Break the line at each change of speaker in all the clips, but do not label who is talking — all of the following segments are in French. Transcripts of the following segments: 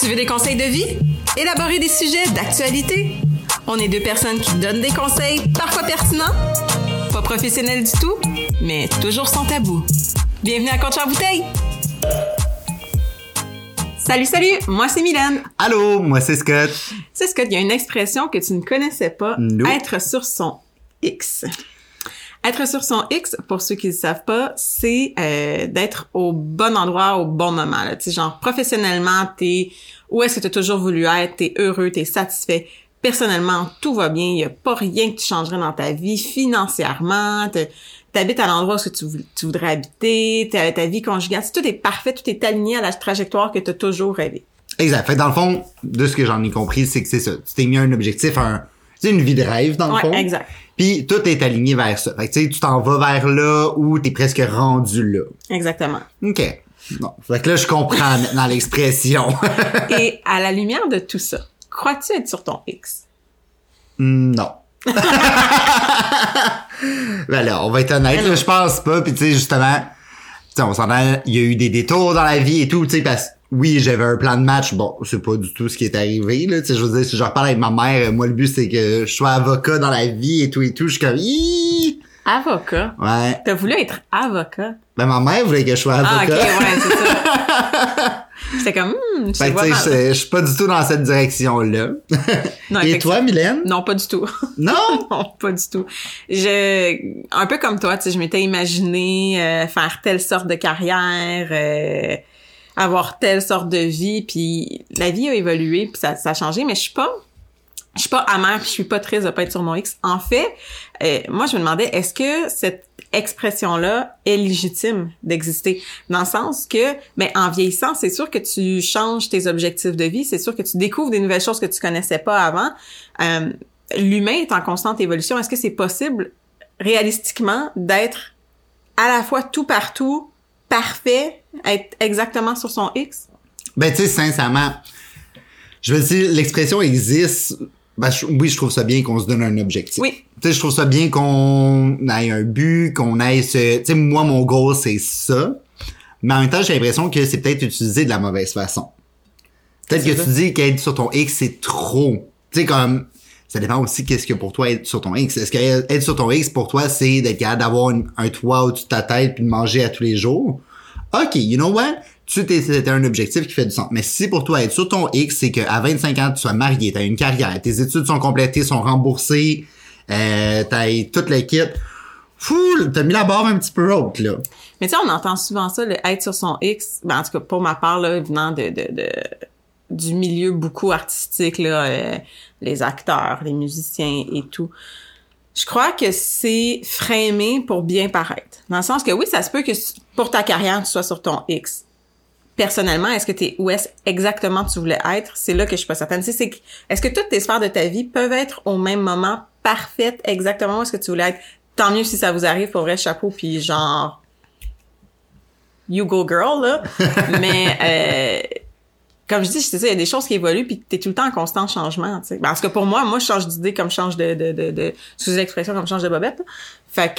Tu veux des conseils de vie? Élaborer des sujets d'actualité? On est deux personnes qui donnent des conseils, parfois pertinents, pas professionnels du tout, mais toujours sans tabou. Bienvenue à Coach en bouteille! Salut! Moi, c'est Mylène.
Allô, moi, c'est Scott.
C'est Scott, il y a une expression que tu ne connaissais pas,
No.
être sur son X. Être sur son X, pour ceux qui ne le savent pas, c'est d'être au bon endroit au bon moment. Tu sais, genre, professionnellement, où est-ce que tu as toujours voulu être, t'es heureux, t'es satisfait. Personnellement, tout va bien, il n'y a pas rien que tu changerais dans ta vie financièrement, t'habites à l'endroit où tu voudrais habiter, ta vie conjugale, tout est parfait, tout est aligné à la trajectoire que tu as toujours rêvé.
Exact. Fait que dans le fond, de ce que j'en ai compris, c'est que c'est ça. Tu t'es mis un objectif, c'est une vie de rêve, dans le fond.
Exact.
Puis tout est aligné vers ça. Fait que tu sais, tu t'en vas vers là où t'es presque rendu là.
Exactement.
OK. Bon. Fait que là, je comprends maintenant l'expression.
Et à la lumière de tout ça, crois-tu être sur ton X?
Non. Ben là, on va être honnête, là, je pense pas. Puis tu sais, justement, tu sais, on s'entend, il y a eu des détours dans la vie et tout, tu sais, parce que oui, j'avais un plan de match. Bon, c'est pas du tout ce qui est arrivé, là. Tu sais, je veux dire, si je reparle avec ma mère, moi, le but, c'est que je sois avocat dans la vie et tout. Je suis comme,
Avocat?
Ouais.
T'as voulu être avocat?
Ben, ma mère voulait que je sois avocat.
Ah, ok, ouais, c'est ça. J'étais comme, je
fait que, tu sais, je suis pas du tout dans cette direction-là.
Non,
et toi, Mylène?
Non, pas du tout.
Non?
Non, pas du tout. Un peu comme toi, tu sais, je m'étais imaginé faire telle sorte de carrière, avoir telle sorte de vie, puis la vie a évolué, puis ça a changé, mais je suis pas amère, puis je suis pas triste de pas être sur mon X. En fait, moi, je me demandais, est-ce que cette expression-là est légitime d'exister? Dans le sens que, en vieillissant, c'est sûr que tu changes tes objectifs de vie, c'est sûr que tu découvres des nouvelles choses que tu connaissais pas avant. L'humain est en constante évolution. Est-ce que c'est possible, réalistiquement, d'être à la fois tout partout, parfait, être exactement sur son X?
Ben, tu sais, sincèrement, je veux dire, l'expression existe. Ben, oui, je trouve ça bien qu'on se donne un objectif.
Oui.
Tu sais, je trouve ça bien qu'on ait un but, qu'on ait ce... Tu sais, moi, mon goal, c'est ça. Mais en même temps, j'ai l'impression que c'est peut-être utilisé de la mauvaise façon. Peut-être que tu dis qu'être sur ton X, c'est trop. Tu sais, comme... Ça dépend aussi qu'est-ce que pour toi être sur ton X. Est-ce que être sur ton X, pour toi, c'est d'être capable d'avoir un toit au-dessus de ta tête puis de manger à tous les jours? OK, you know what? C'était un objectif qui fait du sens. Mais si pour toi, être sur ton X, c'est qu'à 25 ans, tu sois marié, t'as une carrière, tes études sont complétées, sont remboursées, t'as toute l'équipe, t'as mis la barre un petit peu haute, là.
Mais tu sais, on entend souvent ça, être sur son X, en tout cas, pour ma part, là, venant du milieu beaucoup artistique, là, les acteurs, les musiciens et tout. Je crois que c'est framé pour bien paraître. Dans le sens que oui, ça se peut que pour ta carrière, tu sois sur ton X. Personnellement, est-ce que t'es où est-ce exactement tu voulais être? C'est là que je suis pas certaine. Est-ce que toutes tes sphères de ta vie peuvent être au même moment parfaites exactement où est-ce que tu voulais être? Tant mieux si ça vous arrive, pour vrai, chapeau, puis genre, you go girl, là. Mais, comme je dis, c'est ça, il y a des choses qui évoluent, puis t'es tout le temps en constant changement, tu sais. Parce que pour moi, je change d'idée comme je change sous l'expression, comme je change de bobette, là. Fait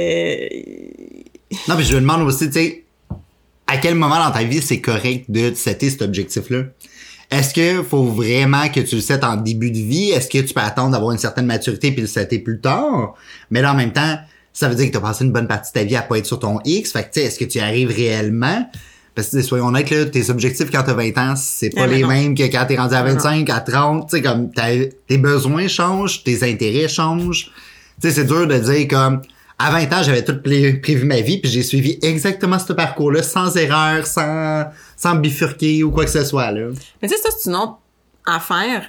que...
Non, mais je me demande aussi, tu sais, à quel moment dans ta vie c'est correct de setter cet objectif-là? Est-ce que faut vraiment que tu le settes en début de vie? Est-ce que tu peux attendre d'avoir une certaine maturité puis le setter plus tard? Mais là, en même temps, ça veut dire que t'as passé une bonne partie de ta vie à pas être sur ton X. Fait que, tu sais, est-ce que tu y arrives réellement? Parce que, soyons honnêtes, là, tes objectifs quand t'as 20 ans, c'est pas les mêmes que quand t'es rendu à 25, à 30. Tu sais, comme, tes besoins changent, tes intérêts changent. Tu sais, c'est dur de dire comme, à 20 ans, j'avais tout prévu ma vie, puis j'ai suivi exactement ce parcours-là, sans erreur, sans bifurquer ou quoi que ce soit, là.
Mais tu sais, ça, c'est une autre affaire.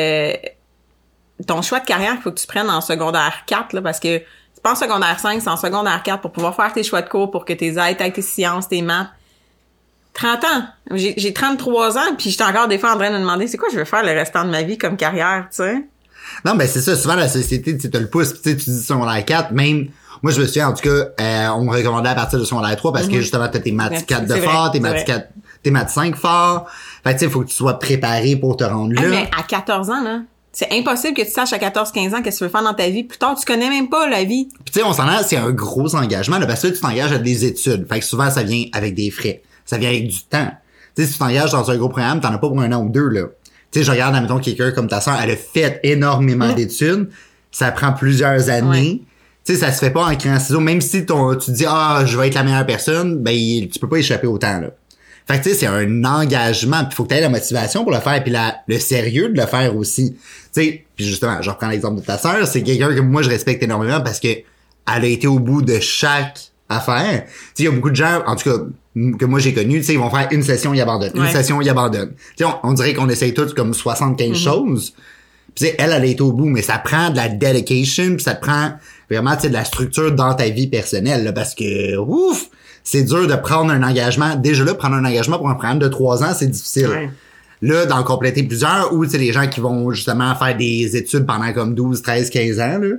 Ton choix de carrière, il faut que tu prennes en secondaire 4, là, parce que c'est pas en secondaire 5, c'est en secondaire 4 pour pouvoir faire tes choix de cours, pour que tes aides, tes sciences, tes maths. 30 ans. J'ai 33 ans, puis j'étais encore des fois en train de me demander c'est quoi je veux faire le restant de ma vie comme carrière, tu sais.
Non, ben c'est ça. Souvent, la société, tu te le pousse, tu dis secondaire 4, même... Moi, je me souviens, en tout cas, on me recommandait à partir de secondaire 3 parce que justement, t'as tes maths 4 de fort, tes maths 5 fort. Fait que tu sais, il faut que tu sois préparé pour te rendre là.
Mais à 14 ans, là, c'est impossible que tu saches à 14-15 ans qu'est-ce que tu veux faire dans ta vie. Plus tard, tu connais même pas la vie.
Puis tu sais, on s'en c'est un gros engagement, là, parce que là, tu t'engages à des études. Fait que souvent, ça vient avec des frais. Ça vient avec du temps. Tu sais, si tu t'engages dans un gros programme, t'en as pas pour 1 an ou 2, là. Tu sais, je regarde, admettons, quelqu'un comme ta sœur, elle a fait énormément d'études. Ça prend plusieurs années. Tu sais, ça se fait pas en criant ciseaux. Même si tu te dis, je vais être la meilleure personne, ben, tu peux pas échapper autant, là. Fait que, tu sais, c'est un engagement. Puis faut que tu aies la motivation pour le faire. Puis le sérieux de le faire aussi. Tu sais, puis justement, je reprends l'exemple de ta sœur. C'est quelqu'un que moi, je respecte énormément parce que elle a été au bout de chaque affaire. Tu sais, il y a beaucoup de gens, en tout cas, que moi j'ai connu, tu sais, ils vont faire une session, ils abandonnent. Une session, ils abandonnent. Tu sais, on dirait qu'on essaye tous comme 75 choses. Puis elle a été au bout, mais ça prend de la dedication, puis ça te prend vraiment, tu sais, de la structure dans ta vie personnelle, là, parce que, ouf, c'est dur de prendre un engagement. Déjà là, prendre un engagement pour un programme de 3 ans, c'est difficile. Ouais. Là, d'en compléter plusieurs, ou, tu sais, les gens qui vont justement faire des études pendant comme 12, 13, 15 ans, là,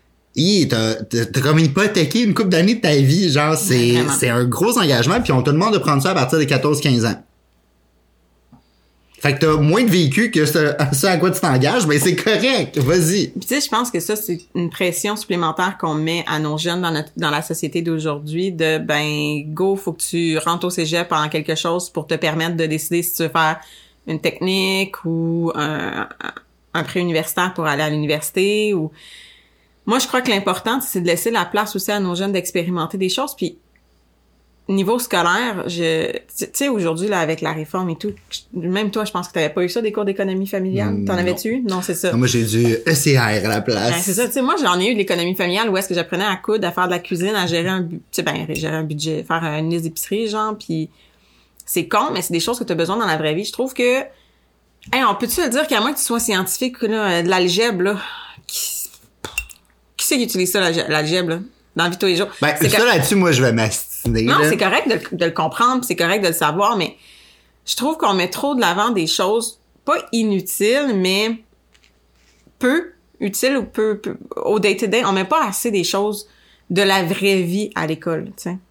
t'as comme hypothéqué une couple d'années de ta vie, genre, c'est un gros engagement, puis on te demande de prendre ça à partir de 14-15 ans. Fait que t'as moins de vécu que ce à quoi tu t'engages, mais c'est correct, vas-y.
Puis tu sais, je pense que ça, c'est une pression supplémentaire qu'on met à nos jeunes dans la société d'aujourd'hui de, go, faut que tu rentres au cégep en quelque chose pour te permettre de décider si tu veux faire une technique ou un pré-universitaire pour aller à l'université ou... Moi, je crois que l'important, c'est de laisser la place aussi à nos jeunes d'expérimenter des choses. Puis, niveau scolaire, tu sais, aujourd'hui, là, avec la réforme et tout, même toi, je pense que t'avais pas eu ça, des cours d'économie familiale. T'en avais-tu eu? Non, c'est ça.
Non, moi, j'ai du ECR à la place.
C'est ça. Tu sais, moi, j'en ai eu de l'économie familiale où est-ce que j'apprenais à coudre, à faire de la cuisine, à gérer gérer un budget, faire une liste d'épicerie, genre, puis c'est con, mais c'est des choses que t'as besoin dans la vraie vie. Je trouve que, on peut-tu le dire qu'à moins que tu sois scientifique, là, de l'algèbre, là, qui c'est qui utilise ça, l'algèbre, là, dans la vie de tous les jours?
Ça, là-dessus, moi, je vais m'astiner.
Non, c'est correct de le comprendre, c'est correct de le savoir, mais je trouve qu'on met trop de l'avant des choses, pas inutiles, mais peu utiles ou peu au day-to-day. On met pas assez des choses de la vraie vie à l'école, tu sais.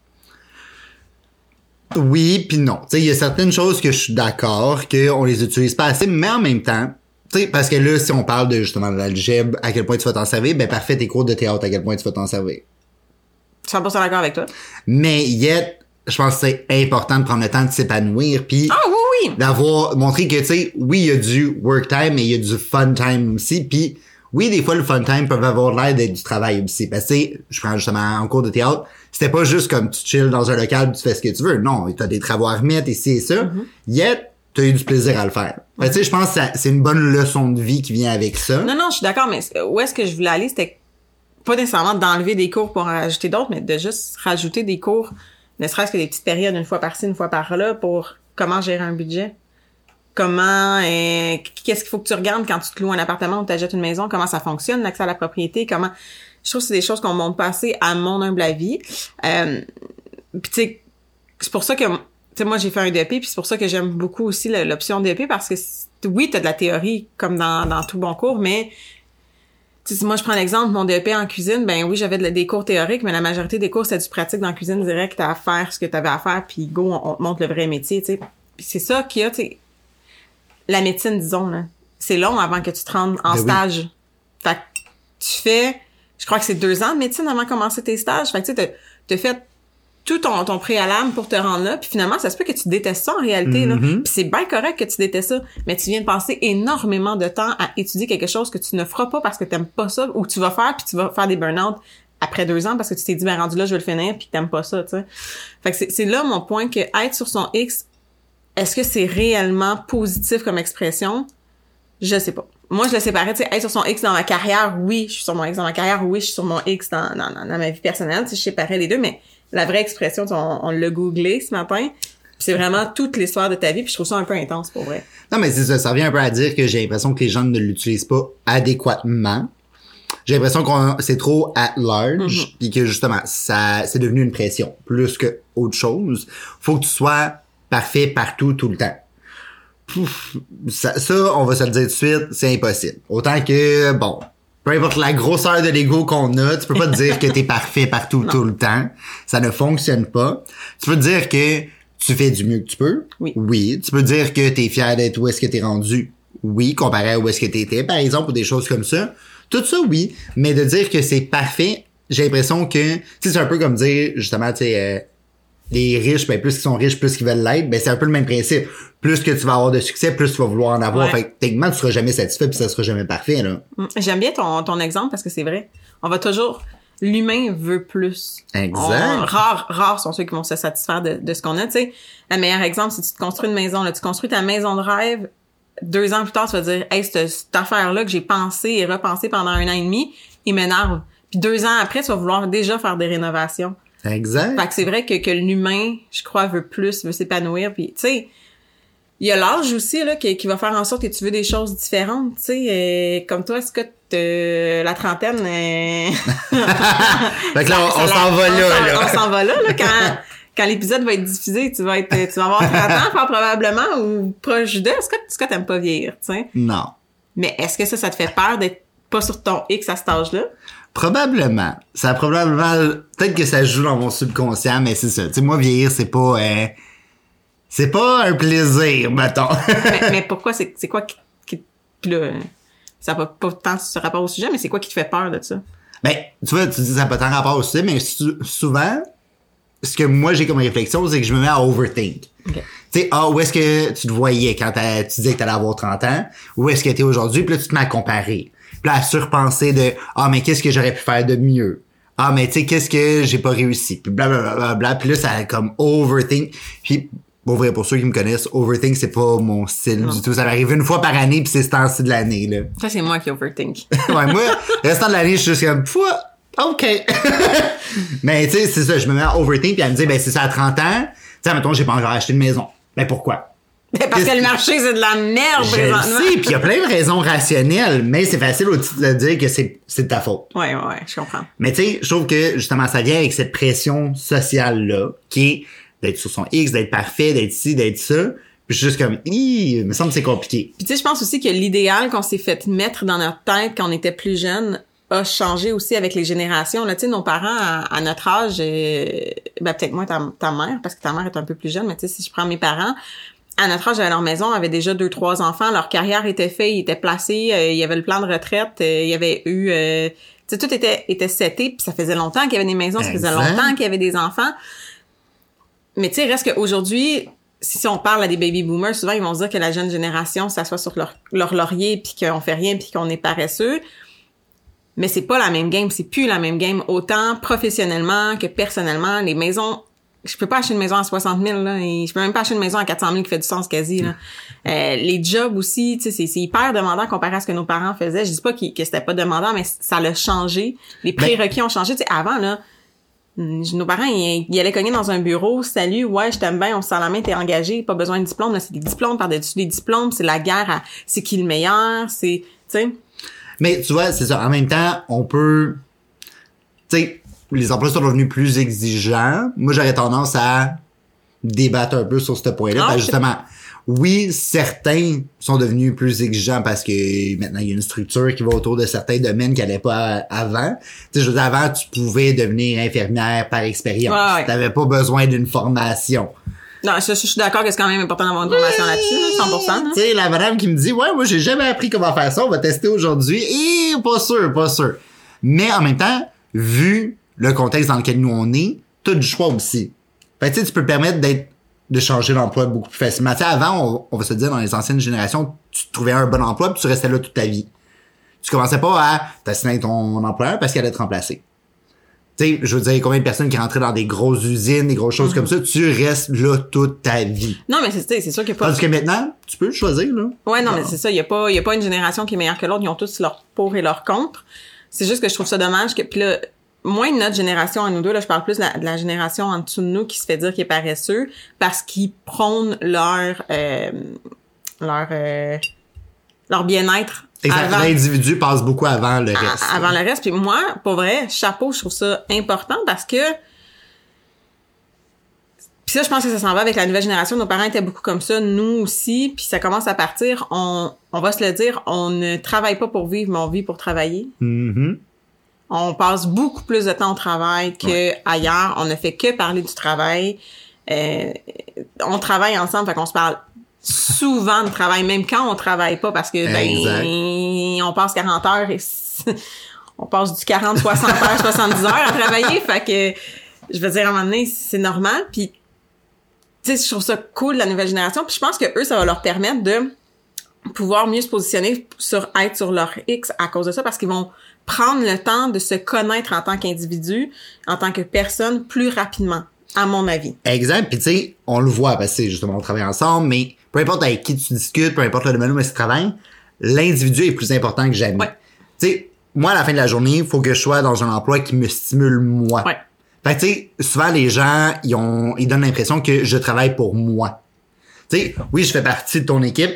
Oui, puis non. Tu sais, il y a certaines choses que je suis d'accord qu'on les utilise pas assez, mais en même temps, tu sais, parce que là, si on parle de justement de l'algèbre, à quel point tu vas t'en servir, parfait, tes cours de théâtre, à quel point tu vas t'en servir.
100% d'accord avec toi.
Mais je pense que c'est important de prendre le temps de s'épanouir, puis
oui.
d'avoir montré que, tu sais, oui, il y a du work time, mais il y a du fun time aussi, puis oui, des fois, le fun time peut avoir l'air d'être du travail aussi. Parce que, tu sais, je prends justement en cours de théâtre, c'était pas juste comme tu chill dans un local, tu fais ce que tu veux. Non, t'as des travaux à remettre, ici et ça. T'as eu du plaisir à le faire. Tu sais, je pense que c'est une bonne leçon de vie qui vient avec ça.
Non, je suis d'accord, mais où est-ce que je voulais aller, c'était pas nécessairement d'enlever des cours pour en rajouter d'autres, mais de juste rajouter des cours, ne serait-ce que des petites périodes, une fois par-ci, une fois par-là, pour comment gérer un budget. Qu'est-ce qu'il faut que tu regardes quand tu te loues un appartement ou tu achètes une maison, comment ça fonctionne, l'accès à la propriété, je trouve que c'est des choses qu'on monte pas assez à mon humble avis. Puis tu sais, c'est pour ça que, tu sais, moi j'ai fait un DEP, puis c'est pour ça que j'aime beaucoup aussi l'option DEP, parce que oui, t'as de la théorie comme dans tout bon cours, mais tu sais, si moi je prends l'exemple, mon DEP en cuisine, oui, j'avais des cours théoriques, mais la majorité des cours c'était du pratique dans la cuisine direct, à faire ce que t'avais à faire, puis go, on te montre le vrai métier, tu sais. Puis c'est ça qu'il y a, tu sais. La médecine, disons, là, c'est long avant que tu te rendes en stage. Oui. Fait que tu fais, je crois que c'est 2 ans de médecine avant de commencer tes stages. Fait que tu sais, t'as fait tout ton préalable pour te rendre là, puis finalement, ça se peut que tu détestes ça en réalité, là. Puis c'est bien correct que tu détestes ça, mais tu viens de passer énormément de temps à étudier quelque chose que tu ne feras pas parce que t'aimes pas ça, ou que tu vas faire, puis tu vas faire des burn-out après 2 ans parce que tu t'es dit, rendu là, je vais le finir, puis t'aimes pas ça, tu sais. Fait que c'est là mon point, que être sur son X, est-ce que c'est réellement positif comme expression? Je sais pas. Moi, je le séparais, tu sais, être sur son X dans ma carrière, oui, je suis sur mon X dans ma carrière, oui, je suis sur mon X dans ma vie personnelle, tu sais, je séparais les deux, mais la vraie expression, on l'a googlé ce matin, c'est vraiment toute l'histoire de ta vie, puis je trouve ça un peu intense, pour vrai.
Non, mais c'est ça revient un peu à dire que j'ai l'impression que les gens ne l'utilisent pas adéquatement. J'ai l'impression que c'est trop at large, puis que justement, c'est devenu une pression, plus que autre chose. Faut que tu sois parfait partout, tout le temps. Ça, on va se le dire tout de suite, c'est impossible. Autant que, bon, peu importe la grosseur de l'ego qu'on a, tu peux pas te dire que t'es parfait partout, tout le temps. Ça ne fonctionne pas. Tu peux te dire que tu fais du mieux que tu peux. Oui. Tu peux dire que t'es fier d'être où est-ce que t'es rendu. Oui, comparé à où est-ce que t'étais, par exemple, ou des choses comme ça. Tout ça, oui. Mais de dire que c'est parfait, j'ai l'impression que, tu sais, c'est un peu comme dire, justement, tu sais, les riches, ben plus qu'ils sont riches, plus qu'ils veulent l'être, ben c'est un peu le même principe. Plus que tu vas avoir de succès, plus tu vas vouloir en avoir. Fait que techniquement, tu seras jamais satisfait puis ça sera jamais parfait, là.
J'aime bien ton exemple parce que c'est vrai. On va toujours... L'humain veut plus.
Exact.
Rares sont ceux qui vont se satisfaire de ce qu'on a, tu sais. Le meilleur exemple, si tu te construis une maison, là, tu construis ta maison de rêve, 2 ans plus tard, tu vas dire, hey, cette affaire-là que j'ai pensé et repensé pendant 1 an et demi, il m'énerve. Puis 2 ans après, tu vas vouloir déjà faire des rénovations.
Exact.
Fait que c'est vrai que l'humain, je crois, veut plus, veut s'épanouir. Puis, tu sais, il y a l'âge aussi, là, qui va faire en sorte que tu veux des choses différentes, tu sais. Comme toi, est-ce que la trentaine...
Fait que là, on s'en va là.
On s'en va là, quand l'épisode va être diffusé, tu vas avoir 30 ans, fort probablement, ou proche de... Est-ce que t'aimes pas vieillir, tu sais?
Non.
Mais est-ce que ça te fait peur d'être pas sur ton X à cet âge-là?
Probablement. Peut-être que ça joue dans mon subconscient, mais c'est ça. Tu sais, moi, vieillir, c'est pas un plaisir, mettons.
mais pourquoi? C'est quoi qui là, ça n'a pas tant ce rapport au sujet, mais c'est quoi qui te fait peur de ça?
Ben, tu vois, tu dis ça n'a pas tant rapport au sujet, mais souvent, ce que moi j'ai comme réflexion, c'est que je me mets à overthink.
Okay.
Tu sais, où est-ce que tu te voyais quand tu disais que t'allais avoir 30 ans? Où est-ce que t'es aujourd'hui? Puis là, tu te mets à comparer. Puis là, à surpenser de, mais qu'est-ce que j'aurais pu faire de mieux? Mais tu sais, qu'est-ce que j'ai pas réussi? Puis blablabla. Puis là, ça a comme overthink. Puis, pour vrai, pour ceux qui me connaissent, overthink, c'est pas mon style du tout. Ça m'arrive une fois par année, puis c'est ce temps-ci de l'année, là.
Ça, c'est moi qui overthink.
Ouais, moi, le restant de l'année, je suis juste comme, OK. Mais tu sais, c'est ça, je me mets à overthink, puis elle me dit, ben c'est ça à 30 ans. Tu sais, mettons, j'ai pas encore acheté une maison. Ben pourquoi?
Parce que le marché, c'est de la merde, présentement.
Je sais, puis il y a plein de raisons rationnelles, mais c'est facile au titre de dire que c'est de ta faute.
Ouais, je comprends.
Mais tu sais, je trouve que, justement, ça vient avec cette pression sociale-là, qui est d'être sur son X, d'être parfait, d'être ci, d'être ça. Puis je suis juste comme, il me semble que c'est compliqué.
Puis tu sais, je pense aussi que l'idéal qu'on s'est fait mettre dans notre tête quand on était plus jeune a changé aussi avec les générations. Là, tu sais, nos parents, à notre âge, ben peut-être moins ta mère, parce que ta mère est un peu plus jeune, mais tu sais, si je prends mes parents, à notre âge, à leur maison, avaient déjà 2-3 enfants, leur carrière était faite, ils étaient placés, il y avait le plan de retraite, il y avait eu... tu sais, tout était seté, puis ça faisait longtemps qu'il y avait des maisons, ça faisait longtemps qu'il y avait des enfants. Mais tu sais, reste qu'aujourd'hui, si on parle à des baby boomers, souvent ils vont se dire que la jeune génération s'assoit sur leur laurier, puis qu'on fait rien, puis qu'on est paresseux. Mais c'est pas la même game, c'est plus la même game, autant professionnellement que personnellement. Les maisons, je peux pas acheter une maison à 60 000, là, et je peux même pas acheter une maison à 400 000 qui fait du sens quasi, là. Les jobs aussi, tu sais, c'est hyper demandant comparé à ce que nos parents faisaient. Je dis pas que c'était pas demandant, mais ça l'a changé. Les prérequis ont changé. Tu sais, avant, là, nos parents, ils allaient cogner dans un bureau, salut, ouais, je t'aime bien, on se sent la main, t'es engagé, pas besoin de diplôme, là, c'est des diplômes par-dessus des diplômes, c'est la guerre c'est qui le meilleur, c'est, tu sais.
Mais tu vois, c'est ça. En même temps, on peut... Tu sais, les emplois sont devenus plus exigeants. Moi, j'aurais tendance à débattre un peu sur ce point-là. Parce que justement, oui, certains sont devenus plus exigeants parce que maintenant, il y a une structure qui va autour de certains domaines qui n'allait pas avant. Tu sais, je veux dire, avant, tu pouvais devenir infirmière par expérience.
Ouais.
T'avais pas besoin d'une formation.
Non, je suis d'accord que c'est quand même important d'avoir une formation là-dessus, 100%.
Tu sais, la madame qui me dit, ouais, moi, j'ai jamais appris comment faire ça, on va tester aujourd'hui. Et pas sûr. Mais en même temps, vu le contexte dans lequel nous on est, t'as du choix aussi. Fait que tu sais, tu peux te permettre de changer d'emploi beaucoup plus facilement. Tu sais, avant, on va se dire, dans les anciennes générations, tu trouvais un bon emploi puis tu restais là toute ta vie. Tu commençais pas à t'assiner avec ton employeur parce qu'il allait te remplacer. Tu sais, je veux dire, combien de personnes qui rentraient dans des grosses usines, des grosses choses comme ça, tu restes là toute ta vie.
Non, mais c'est sûr qu'il y a pas...
Tandis que maintenant, tu peux le choisir, là.
Ouais, non, mais c'est ça, il y a pas une génération qui est meilleure que l'autre, ils ont tous leurs pour et leurs contre. C'est juste que je trouve ça dommage que, puis là, moins de notre génération à nous deux, là, je parle plus de la génération en dessous de nous qui se fait dire qu'il est paresseux parce qu'ils prônent leur bien-être.
Exact. L'individu passe beaucoup avant le reste.
Avant le reste. Puis moi, pour vrai, chapeau, je trouve ça important parce que... Puis ça, je pense que ça s'en va avec la nouvelle génération. Nos parents étaient beaucoup comme ça, nous aussi. Puis ça commence à partir. On va se le dire, on ne travaille pas pour vivre, mais on vit pour travailler.
Mm-hmm.
On passe beaucoup plus de temps au travail qu'ailleurs. On ne fait que parler du travail. On travaille ensemble, fait qu'on se parle souvent de travail, même quand on travaille pas, parce que on passe 40 heures et on passe du 40, 60 heures, 70 heures à travailler, fait que je veux dire, à un moment donné, c'est normal. Puis tu sais, je trouve ça cool, la nouvelle génération. Puis je pense que eux, ça va leur permettre de pouvoir mieux se positionner être sur leur X à cause de ça, parce qu'ils vont prendre le temps de se connaître en tant qu'individu, en tant que personne, plus rapidement, à mon avis.
Exact. Puis tu sais, on le voit, parce que justement, on travaille ensemble, mais peu importe avec qui tu discutes, peu importe le domaine où tu travailles, l'individu est plus important que jamais.
Ouais.
Tu sais, moi, à la fin de la journée, il faut que je sois dans un emploi qui me stimule moi.
Ouais.
Fait que tu sais, souvent les gens, ils donnent l'impression que je travaille pour moi. Tu sais, oui, je fais partie de ton équipe,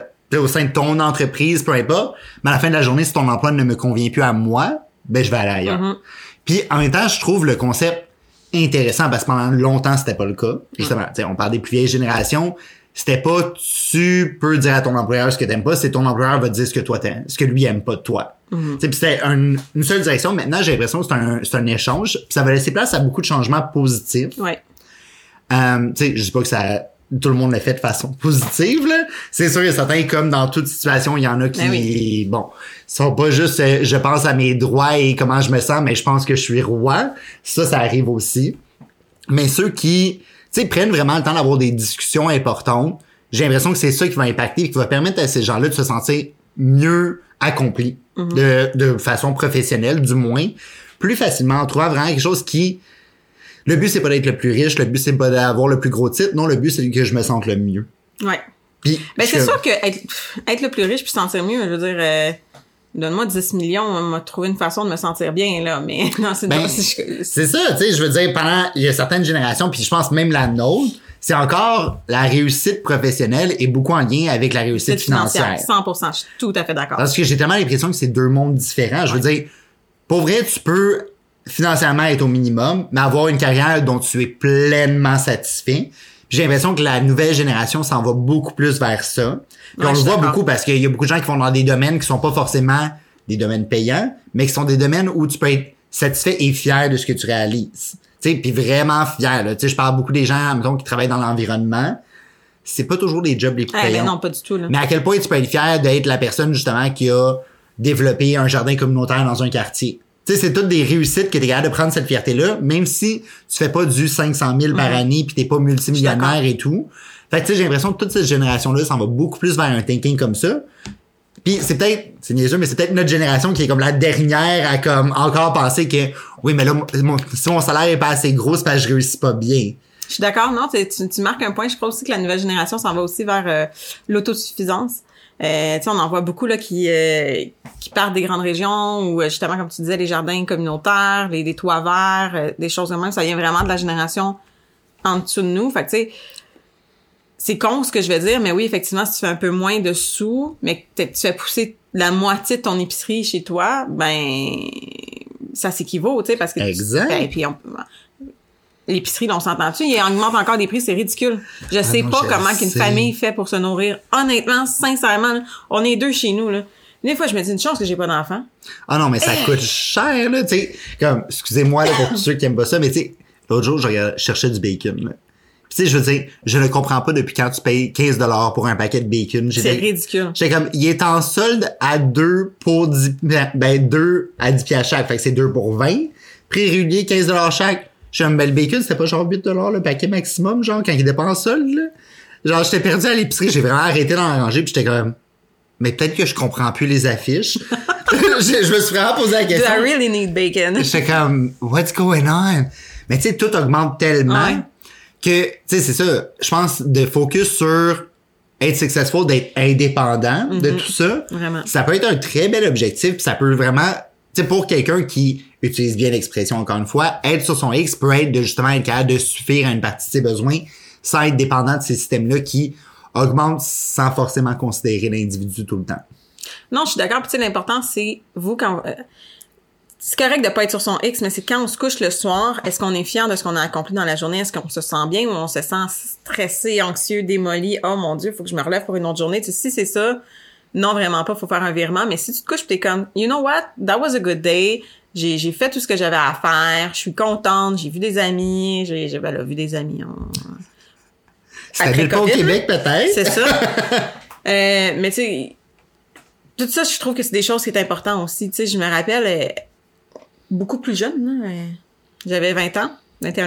au sein de ton entreprise, peu importe, mais à la fin de la journée, si ton emploi ne me convient plus à moi, ben je vais aller ailleurs.
Mm-hmm.
Puis en même temps, je trouve le concept intéressant parce que pendant longtemps, c'était pas le cas. Justement, tu sais, on parle des plus vieilles générations, c'était pas tu peux dire à ton employeur ce que t'aimes pas, c'est ton employeur va te dire ce que toi t'aimes, ce que lui aime pas de toi.
Mm-hmm.
Tu sais, puis c'était une seule direction. Maintenant, j'ai l'impression que c'est un échange, puis ça va laisser place à beaucoup de changements positifs.
Ouais.
Tu sais, je dis pas que tout le monde l'a fait de façon positive, là. C'est sûr, il y a certains, comme dans toute situation, il y en a qui, bon, sont pas juste, je pense à mes droits et comment je me sens, mais je pense que je suis roi. Ça arrive aussi. Mais ceux qui, tu sais, prennent vraiment le temps d'avoir des discussions importantes, j'ai l'impression que c'est ça qui va impacter et qui va permettre à ces gens-là de se sentir mieux accomplis, de façon professionnelle, du moins, plus facilement, en trouvant vraiment quelque chose qui, le but, c'est pas d'être le plus riche, le but, c'est pas d'avoir le plus gros titre. Non, le but, c'est que je me sente le mieux.
Ouais.
Puis,
ben, c'est sûr que être le plus riche puis sentir mieux, je veux dire, donne-moi 10 millions, on m'a trouvé une façon de me sentir bien, là, mais non, c'est
c'est ça, tu sais, je veux dire, il y a certaines générations, puis je pense même la nôtre, c'est encore la réussite professionnelle est beaucoup en lien avec la réussite financière.
100%, je suis tout à fait d'accord.
Parce que j'ai tellement l'impression que c'est deux mondes différents. Je veux dire, pour vrai, tu peux financièrement être au minimum, mais avoir une carrière dont tu es pleinement satisfait. Puis j'ai l'impression que la nouvelle génération s'en va beaucoup plus vers ça. Puis on le voit beaucoup parce qu'il y a beaucoup de gens qui vont dans des domaines qui sont pas forcément des domaines payants, mais qui sont des domaines où tu peux être satisfait et fier de ce que tu réalises. Tu sais, puis vraiment fier, là. Tu sais, je parle beaucoup des gens, mettons, qui travaillent dans l'environnement. C'est pas toujours les jobs les plus payants.
Mais non, pas du tout, là.
Mais à quel point tu peux être fier d'être la personne, justement, qui a développé un jardin communautaire dans un quartier. Tu sais, c'est toutes des réussites que t'es capable de prendre cette fierté-là, même si tu fais pas du 500 000 par année pis t'es pas multimillionnaire et tout. Fait que tu sais, j'ai l'impression que toute cette génération-là s'en va beaucoup plus vers un thinking comme ça. Puis c'est niaiseux, mais c'est peut-être notre génération qui est comme la dernière à comme encore penser que oui, mais là, si mon salaire est pas assez gros, c'est parce que je réussis pas bien.
Je suis d'accord, non, tu marques un point. Je crois aussi que la nouvelle génération s'en va aussi vers l'autosuffisance. Tu sais, on en voit beaucoup là qui partent des grandes régions ou justement, comme tu disais, les jardins communautaires, les toits verts, des choses comme ça. Ça vient vraiment de la génération en dessous de nous. Fait que tu sais, c'est con ce que je vais dire, mais oui, effectivement, si tu fais un peu moins de sous, mais que tu fais pousser la moitié de ton épicerie chez toi, ben ça s'équivaut, tu sais, parce que
exact.
Puis l'épicerie, on s'entend dessus, il augmente encore des prix, c'est ridicule. Je sais pas comment qu'une famille fait pour se nourrir. Honnêtement, sincèrement, là, on est deux chez nous, là. Des fois, je me dis une chance que j'ai pas d'enfant.
Ah non, mais ça coûte cher, là, tu sais. Comme, excusez-moi, là, pour tous ceux qui aiment pas ça, mais tu sais, l'autre jour, je cherchais du bacon, là. Tu sais, je veux dire, je ne comprends pas depuis quand tu payes 15$ pour un paquet de bacon.
C'est ridicule.
J'étais comme, il est en solde à 2 pour 10, 2 à 10 piastres chaque. Fait que c'est 2 pour 20. Prix régulier, 15$ chaque. J'ai un bel bacon, c'était pas genre 8$ le paquet maximum, genre, quand il était pas en solde, là. Genre, j'étais perdu à l'épicerie, j'ai vraiment arrêté dans la rangée pis j'étais comme, mais peut-être que je comprends plus les affiches. je me suis vraiment posé la question.
Do I really need bacon?
J'étais comme, what's going on? Mais tu sais, tout augmente tellement que, tu sais, c'est ça, je pense, de focus sur être successful, d'être indépendant de tout ça.
Vraiment.
Ça peut être un très bel objectif pis ça peut vraiment, tu sais, pour quelqu'un qui utilise bien l'expression encore une fois, être sur son X peut être de justement être capable de suffire à une partie de ses besoins sans être dépendant de ces systèmes-là qui augmentent sans forcément considérer l'individu tout le temps.
Non, je suis d'accord. Puis tu sais, l'important, c'est vous quand... c'est correct de pas être sur son X, mais c'est quand on se couche le soir, est-ce qu'on est fier de ce qu'on a accompli dans la journée? Est-ce qu'on se sent bien ou on se sent stressé, anxieux, démoli? Oh mon Dieu, faut que je me relève pour une autre journée. Tu sais, si c'est ça, non, vraiment pas, faut faire un virement. Mais si tu te couches pis t'es comme, you know what? That was a good day. J'ai fait tout ce que j'avais à faire. Je suis contente. J'ai vu des amis. J'ai vu des amis.
C'était pas au Québec, peut-être.
C'est ça. Mais tu sais, tout ça, je trouve que c'est des choses qui sont importantes aussi. Tu sais, je me rappelle, beaucoup plus jeune, là, j'avais 20 ans, 21 ans.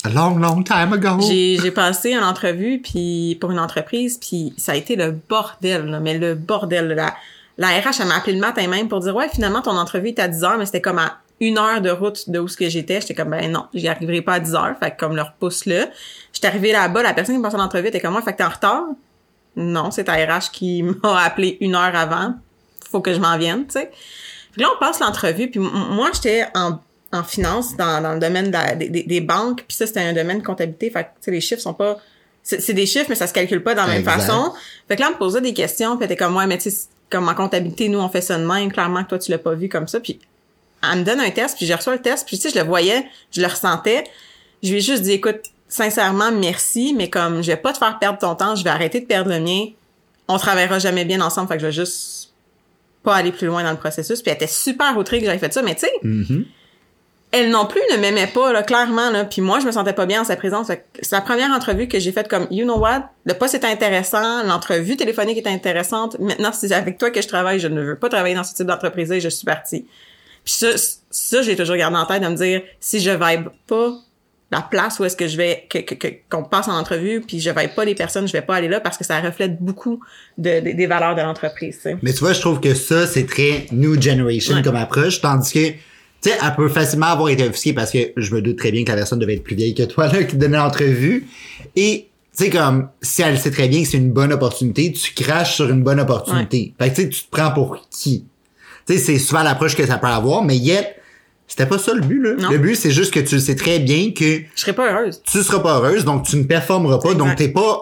A long time ago.
J'ai passé une entrevue puis pour une entreprise, puis ça a été le bordel, là, mais le bordel. La RH, elle m'a appelé le matin même pour dire « Ouais, finalement, ton entrevue est à 10h, mais c'était comme à 1 heure de route de où ce que j'étais. » J'étais comme « Ben non, j'y arriverai pas à 10h. » Fait que comme leur pouce là. J'étais arrivée là-bas, la personne qui me passait l'entrevue était comme « Moi, fait que t'es en retard? » Non, c'est ta RH qui m'a appelé 1 heure avant. Faut que je m'en vienne, tu sais. Puis là, on passe l'entrevue, puis moi, j'étais en finance dans le domaine des banques, puis ça, c'était un domaine de comptabilité. Fait que, tu sais, les chiffres sont pas... C'est des chiffres, mais ça se calcule pas de la même façon. Fait que là, on me posait des questions, puis elle était comme « Ouais, mais tu sais, comme en comptabilité, nous, on fait ça de même. Clairement que toi, tu l'as pas vu comme ça. » Puis elle me donne un test, puis j'ai reçu le test, puis tu sais, je le voyais, je le ressentais. Je lui ai juste dit « Écoute, sincèrement, merci, mais comme je vais pas te faire perdre ton temps, je vais arrêter de perdre le mien. On travaillera jamais bien ensemble, fait que je vais juste pas aller plus loin dans le processus. » Puis elle était super outrée que j'avais fait ça, mais tu sais, elle non plus ne m'aimait pas, là, clairement, là. Puis moi, je me sentais pas bien en sa présence. C'est la première entrevue que j'ai faite comme, you know what? Le poste est intéressant, l'entrevue téléphonique est intéressante. Maintenant, si c'est avec toi que je travaille, je ne veux pas travailler dans ce type d'entreprise-là et je suis partie. Puis ça, j'ai toujours gardé en tête de me dire, si je vibe pas la place où est-ce que je vais, qu'on passe en entrevue, puis je vibe pas les personnes, je vais pas aller là parce que ça reflète beaucoup des valeurs de l'entreprise, tu sais.
Mais tu vois, je trouve que ça, c'est très new generation comme approche, tandis que tu sais, elle peut facilement avoir été offusquée parce que je me doute très bien que la personne devait être plus vieille que toi, là, qui donnait l'entrevue. Et, tu sais, comme, si elle sait très bien que c'est une bonne opportunité, tu craches sur une bonne opportunité. Fait que, tu sais, tu te prends pour qui? Tu sais, c'est souvent l'approche que ça peut avoir, mais yet, c'était pas ça le but, là. Non. Le but, c'est juste que tu sais très bien que...
Je serais pas heureuse.
Tu seras pas heureuse, donc tu ne performeras pas, donc t'es pas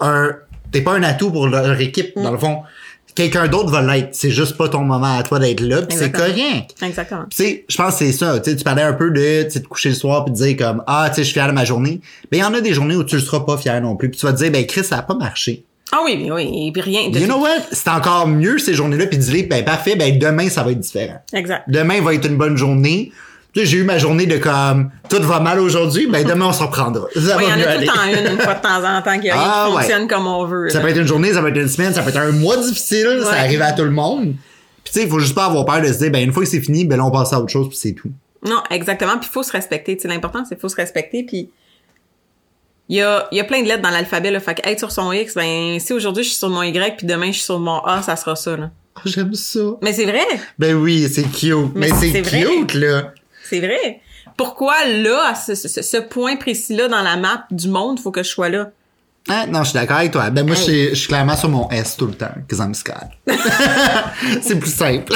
un atout pour leur équipe, dans le fond. Quelqu'un d'autre va l'être. C'est juste pas ton moment à toi d'être là, pis c'est correct.
Exactement.
Tu sais, je pense que c'est ça. Tu sais, tu parlais un peu de te coucher le soir pis de dire comme ah, tu sais, je suis fier de ma journée. Ben il y en a des journées où tu le seras pas fier non plus. Puis tu vas te dire ben Chris, ça a pas marché.
Ah oui, et puis rien.
You know what? C'est encore mieux ces journées-là puis dis-les ben parfait, ben demain ça va être différent.
Exact.
Demain va être une bonne journée. Tu sais, j'ai eu ma journée de comme tout va mal aujourd'hui, ben demain on s'en reprendra. Ça
oui,
va
il y en a
aller.
tout le temps une fois de temps en temps qui fonctionne comme on veut.
Ça peut être une journée, ça peut être une semaine, ça peut être un mois difficile, ça arrive à tout le monde. Puis tu sais, il faut juste pas avoir peur de se dire ben une fois que c'est fini, ben là on passe à autre chose puis c'est tout.
Non, exactement, puis il faut se respecter, tu sais, l'important c'est qu'il faut se respecter puis il y a plein de lettres dans l'alphabet là, fait que être sur son X, ben si aujourd'hui je suis sur mon Y puis demain je suis sur mon A, ça sera ça là.
Oh, j'aime ça.
Mais c'est vrai.
Ben oui, c'est cute. Mais c'est cute là.
C'est vrai. Pourquoi là, à ce point précis-là dans la map du monde, faut que je sois là?
Ah, non, je suis d'accord avec toi. Ben moi, je suis clairement sur mon S tout le temps, cause I'm scared. C'est plus simple.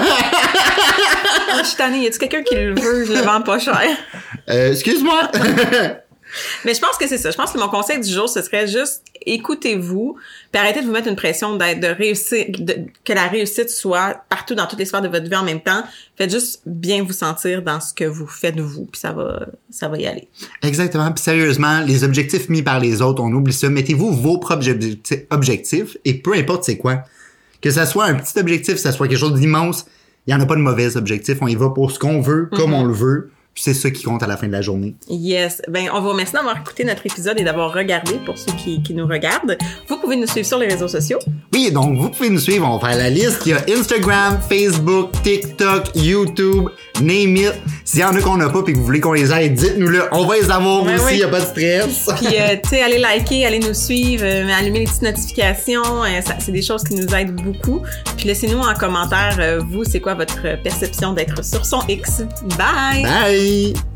Je suis tannée. Y a-tu quelqu'un qui le veut? Je le vends pas cher.
Excuse-moi.
Mais je pense que c'est ça. Je pense que mon conseil du jour, ce serait juste écoutez-vous, puis arrêtez de vous mettre une pression de réussir, que la réussite soit partout dans toutes les sphères de votre vie en même temps. Faites juste bien vous sentir dans ce que vous faites vous, puis ça va y aller.
Exactement. Puis sérieusement, les objectifs mis par les autres, on oublie ça. Mettez-vous vos propres objectifs et peu importe c'est quoi. Que ça soit un petit objectif, que ça soit quelque chose d'immense, il y en a pas de mauvais objectifs. On y va pour ce qu'on veut, comme on le veut. Puis c'est ça qui compte à la fin de la journée.
Yes. Ben, on vous remercie d'avoir écouté notre épisode et d'avoir regardé pour ceux qui nous regardent. Vous pouvez nous suivre sur les réseaux sociaux.
Oui, donc vous pouvez nous suivre. On va faire la liste. Il y a Instagram, Facebook, TikTok, YouTube, name it. S'il y en a qu'on n'a pas puis que vous voulez qu'on les aide, dites-nous-le. On va les avoir aussi. Il n'y a pas de stress.
Puis, tu sais, allez liker, allez nous suivre, allumez les petites notifications. C'est des choses qui nous aident beaucoup. Puis laissez-nous en commentaire, vous, c'est quoi votre perception d'être sur son X. Bye!
Bye!